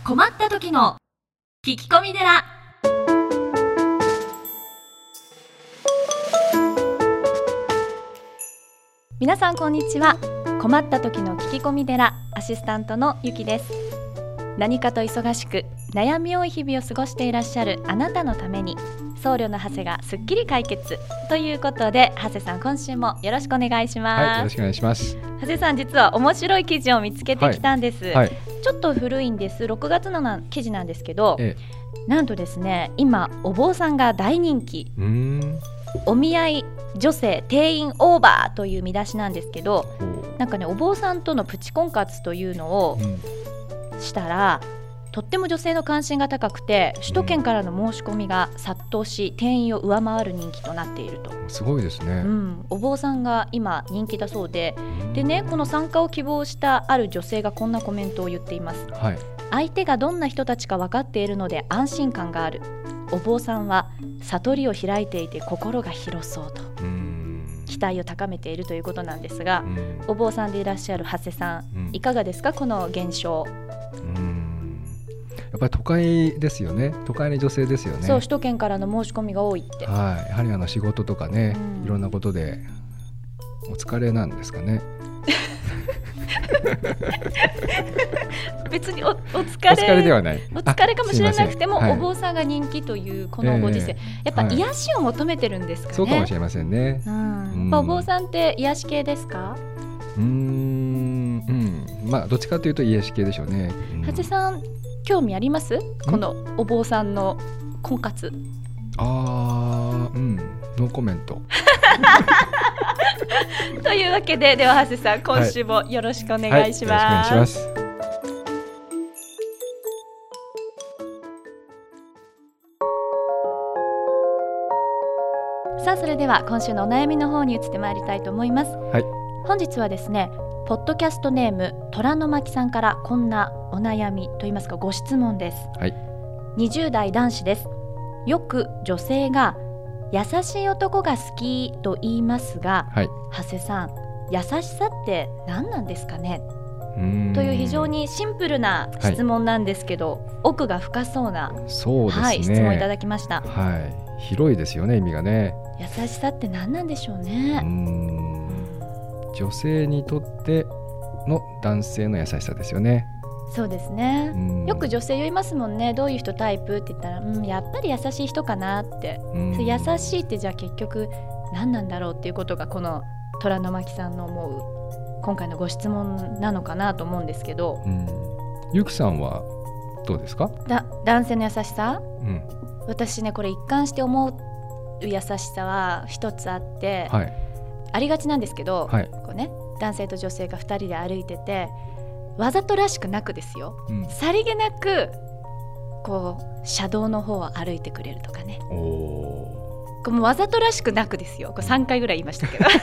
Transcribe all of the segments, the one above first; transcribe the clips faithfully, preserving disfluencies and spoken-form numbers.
困った時の聞き込み寺。 皆さんこんにちは。困った時の聞き込み寺、アシスタントのゆきです。何かと忙しく悩み多い日々を過ごしていらっしゃるあなたのために、僧侶の長谷がすっきり解決ということで、長谷さん今週もよろしくお願いします。 はい、よろしくお願いします。 長谷さん、実は面白い記事を見つけてきたんです、はいはい、ちょっと古いんです。ろくがつのな記事なんですけど、ええ、なんとですね、今お坊さんが大人気。うーん、お見合い女性定員オーバーという見出しなんですけど、なんかね、お坊さんとのプチ婚活というのをしたら、うん、とっても女性の関心が高くて、首都圏からの申し込みが殺到し、定員を上回る人気となっていると。 すごいですね、 うん、お坊さんが今人気だそうで、でね、この参加を希望したある女性がこんなコメントを言っています、はい、相手がどんな人たちか分かっているので安心感がある。お坊さんは悟りを開いていて心が広そうと、うーん、期待を高めているということなんですが、お坊さんでいらっしゃる長谷さん、いかがですか、この現象。 うーん、やっぱり都会ですよね。都会の女性ですよね。 そう、首都圏からの申し込みが多いって、 はい、やはりあの仕事とかね、いろんなことでお疲れなんですかね。 別に お, お, 疲れお疲れではない。 お疲れかもしれなくても、 はい、 お坊さんが人気というこのご時世、えー、やっぱ癒しを求めてるんですかね、はい、 そうかもしれませんね、 うんうん、お坊さんって癒し系ですか？ うーん、うん、まあどっちかというと癒し系でしょうね。 長谷さん、興味あります？このお坊さんの婚活。 あー、うん、ノーコメント。 というわけで、では長谷さん、今週もよろしくお願いします。 はいはい、よろしくお願いします。 さあ、それでは今週のお悩みの方に移ってまいりたいと思います、はい、本日はですね、ポッドキャストネーム虎の巻さんからこんなお悩みといいますか、ご質問です、はい、にじゅう代男子です。よく女性が優しい男が好きと言いますが、はい、長谷さん、優しさって何なんですかね、うーんという非常にシンプルな質問なんですけど、はい、奥が深そうな、 そうですね、はい、 質問いただきました、 はい、広いですよね、意味がね。 優しさって何なんでしょうね。うーん、 女性にとっての男性の優しさですよね。 そうですね、よく女性言いますもんね。どういう人タイプって言ったら、うん、やっぱり優しい人かなって。優しいってじゃあ結局何なんだろうっていうことが、この虎の巻さんの思う今回のご質問なのかなと思うんですけど、うん、 ゆきさんはどうですか？ だ男性の優しさ、うん、私ね、これ一貫して思う優しさは一つあって、はい、ありがちなんですけど、はい、こうね、男性と女性がふたりで歩いてて、わざとらしくなくですよ、うん、さりげなくこう車道の方を歩いてくれるとかね。おこれもわざとらしくなくですよ。これさんかいぐらい言いましたけど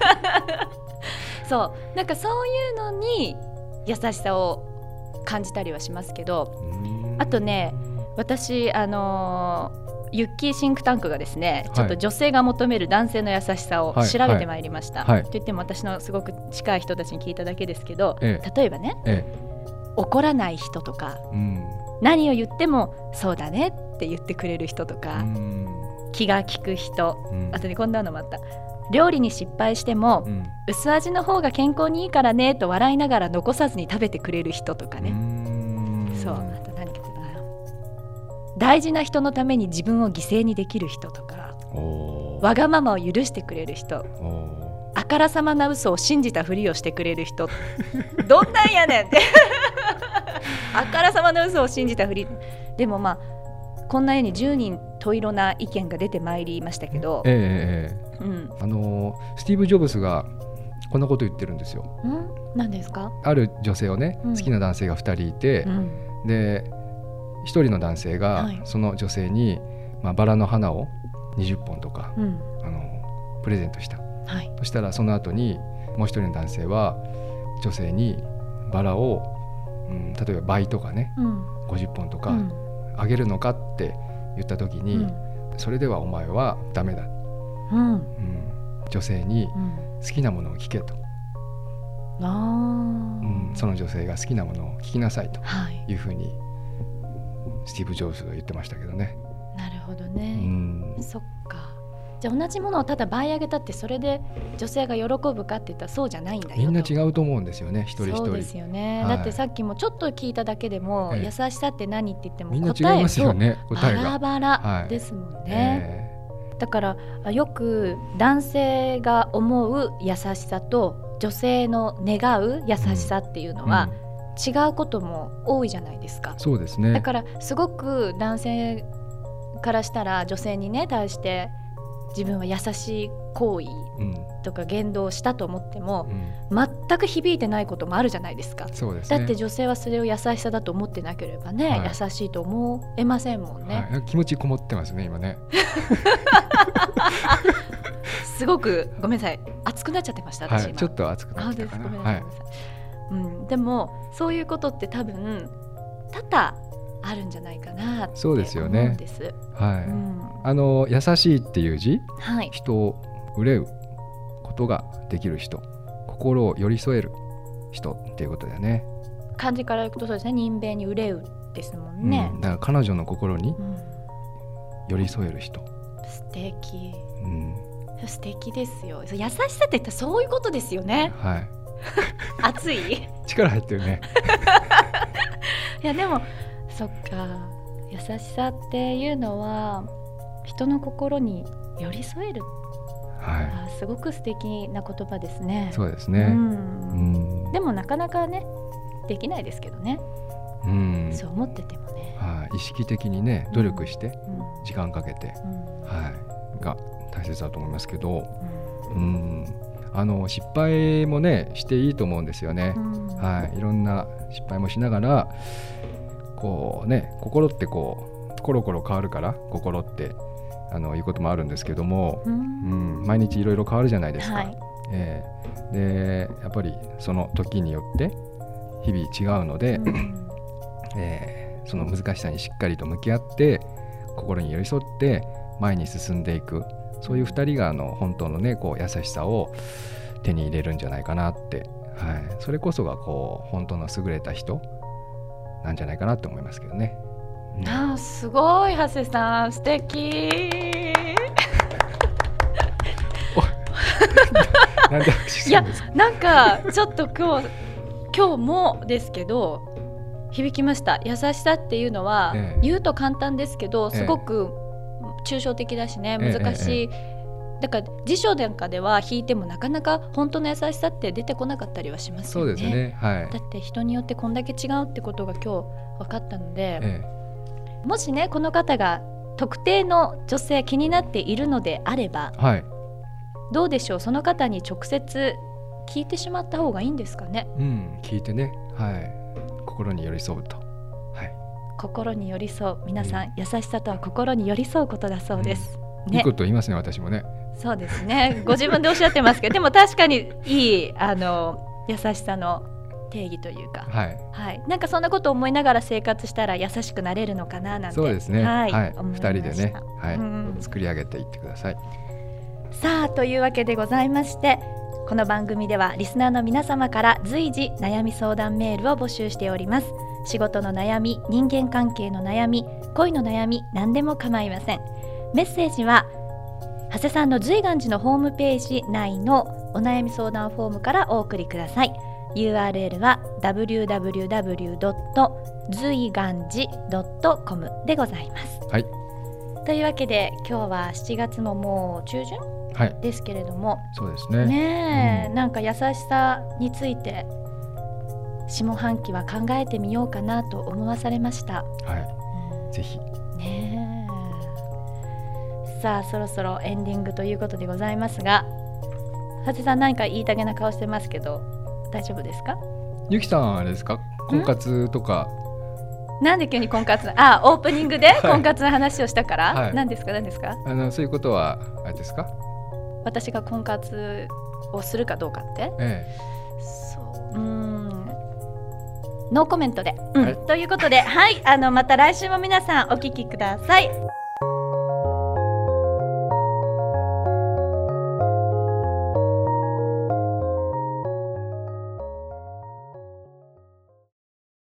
そう、なんかそういうのに優しさを感じたりはしますけど、あとね、私あのーユッキーシンクタンクがですね、ちょっと女性が求める男性の優しさを調べてまいりました、はいはい、といっても私のすごく近い人たちに聞いただけですけど、ええ、例えばね、ええ、怒らない人とか、うん、何を言ってもそうだねって言ってくれる人とか、うん、気が利く人、うん、あとね、こんなのもあった。料理に失敗しても、うん、薄味の方が健康にいいからねと笑いながら残さずに食べてくれる人とかね、うん、そう、あと何か大事な人のために自分を犠牲にできる人とか、わがままを許してくれる人、あからさまな嘘を信じたふりをしてくれる人どんなんやねんってあからさまな嘘を信じたふり。でもまあこんなようにじゅうにん十色な意見が出てまいりましたけど、えーうん、 あのスティーブ・ジョブズがこんなこと言ってるんですよ。 ん何ですか？ ある女性をね、うん、好きな男性がふたりいて、うん、で一人の男性がその女性に、まあ、バラの花をにじゅっぽんとか、うん、あのプレゼントした、はい、そしたらその後にもう一人の男性は女性にバラを、うん、例えば倍とかね、うん、ごじゅっぽんとかあげるのかって言った時に、うん、それではお前はダメだ、うんうん、女性に好きなものを聞けと、うん、その女性が好きなものを聞きなさいというふうにスティーブ・ジョブズが言ってましたけどね。 なるほどね、 うん、 そっか。じゃあ同じものをただ倍上げたってそれで女性が喜ぶかって言ったらそうじゃないんだよと。 みんな違うと思うんですよね、一人一人。 そうですよね、 はい、 だってさっきもちょっと聞いただけでも、ええ、優しさって何って言っても答えみんな違いますよね、答えがバラバラですもんね、はい、えー、だからよく男性が思う優しさと女性の願う優しさっていうのは、うん、違うことも多いじゃないですか。 そうですね。 だからすごく男性からしたら女性にね対して自分は優しい行為とか言動をしたと思っても、うん、全く響いてないこともあるじゃないですか。 そうですね。 だって女性はそれを優しさだと思ってなければね、はい、優しいと思えませんもんね、 はい、気持ちこもってますね今ねすごくごめんなさい、熱くなっちゃってました私、はい、 ちょっと熱くなってたかな。 ごめんなさい、はい、うん、でもそういうことって多分多々あるんじゃないかなって思うんです。そうですよね、 はい、うん、あの優しいっていう字、はい、人を憂うことができる人、心を寄り添える人っていうことだよね。 漢字からいくとそうですね、人弁に憂うですもんね、 うん、だから彼女の心に寄り添える人、うん、 素敵、 うん、 素敵ですよ。優しさって言ったらそういうことですよね。 はい。 熱い力入ってるねいやでもそっか、優しさっていうのは人の心に寄り添える、はい、あ、すごく素敵な言葉ですね。 そうですね、うんうん、でもなかなかねできないですけどね、うん、そう思っててもね、 はい、意識的にね努力して時間かけて、うん、はい、が大切だと思いますけど、うんうん、あの失敗もねしていいと思うんですよね、うん、はい、いろんな失敗もしながらこうね、心ってこうコロコロ変わるから心ってあのいうこともあるんですけども、うんうん、毎日いろいろ変わるじゃないですか、はい、えー、でやっぱりその時によって日々違うので、うん、えー、その難しさにしっかりと向き合って心に寄り添って前に進んでいく、そういうふたりがあの本当のねこう優しさを手に入れるんじゃないかなって、はい、それこそがこう本当の優れた人なんじゃないかなと思いますけどね、うん、 あ、すごい、長谷さん素敵なんで拍手するんですか。 いや、なんかちょっと今日今日もですけど響きました。優しさっていうのは、ええ、言うと簡単ですけどすごく抽象的だしね、ええ、難しい、ええ、だから辞書なんかでは引いてもなかなか本当の優しさって出てこなかったりはしますよね。 そうですね、はい、 だって人によってこんだけ違うってことが今日分かったので、ええ、もしねこの方が特定の女性気になっているのであれば、はい、どうでしょう、その方に直接聞いてしまった方がいいんですかね。 うん、聞いてね、はい、心に寄り添うと、はい、 心に寄り添う、皆さん、うん、優しさとは心に寄り添うことだそうです、 うんね、いいこと言いますね、私もね。 そうですね、ご自分でおっしゃってますけどでも確かにいいあの優しさの定義というか、はいはい、なんかそんなことを思いながら生活したら優しくなれるのかななんて。 そうですね、はいはい、 ふたりでね、はい、うん、作り上げていってください。 さあ、というわけでございまして、この番組ではリスナーの皆様から随時悩み相談メールを募集しております。仕事の悩み、人間関係の悩み、恋の悩み、何でも構いません。メッセージは長谷さんの随願寺のホームページ内のお悩み相談フォームからお送りください。 ユーアールエル は ダブリューダブリューダブリュードットずいがんじドットコム でございます、はい、というわけで今日はしちがつももう中旬、はい、ですけれども、 そうですね、 ねえ、うん、なんか優しさについて下半期は考えてみようかなと思わされました、 はい、うん、ぜひねえ。さあ、そろそろエンディングということでございますが、長谷さん何か言いたげな顔してますけど大丈夫ですか。 ゆきさんあれですか、婚活とか。 なんで急に婚活、あ、オープニングで婚活の話をしたから、はい、何ですか何ですか。 あのそういうことはあれですか、 私が婚活をするかどうかって、ええ、そう、うーん、ノーコメントで、うん、はい、ということで、はい、あのまた来週も皆さんお聞きください。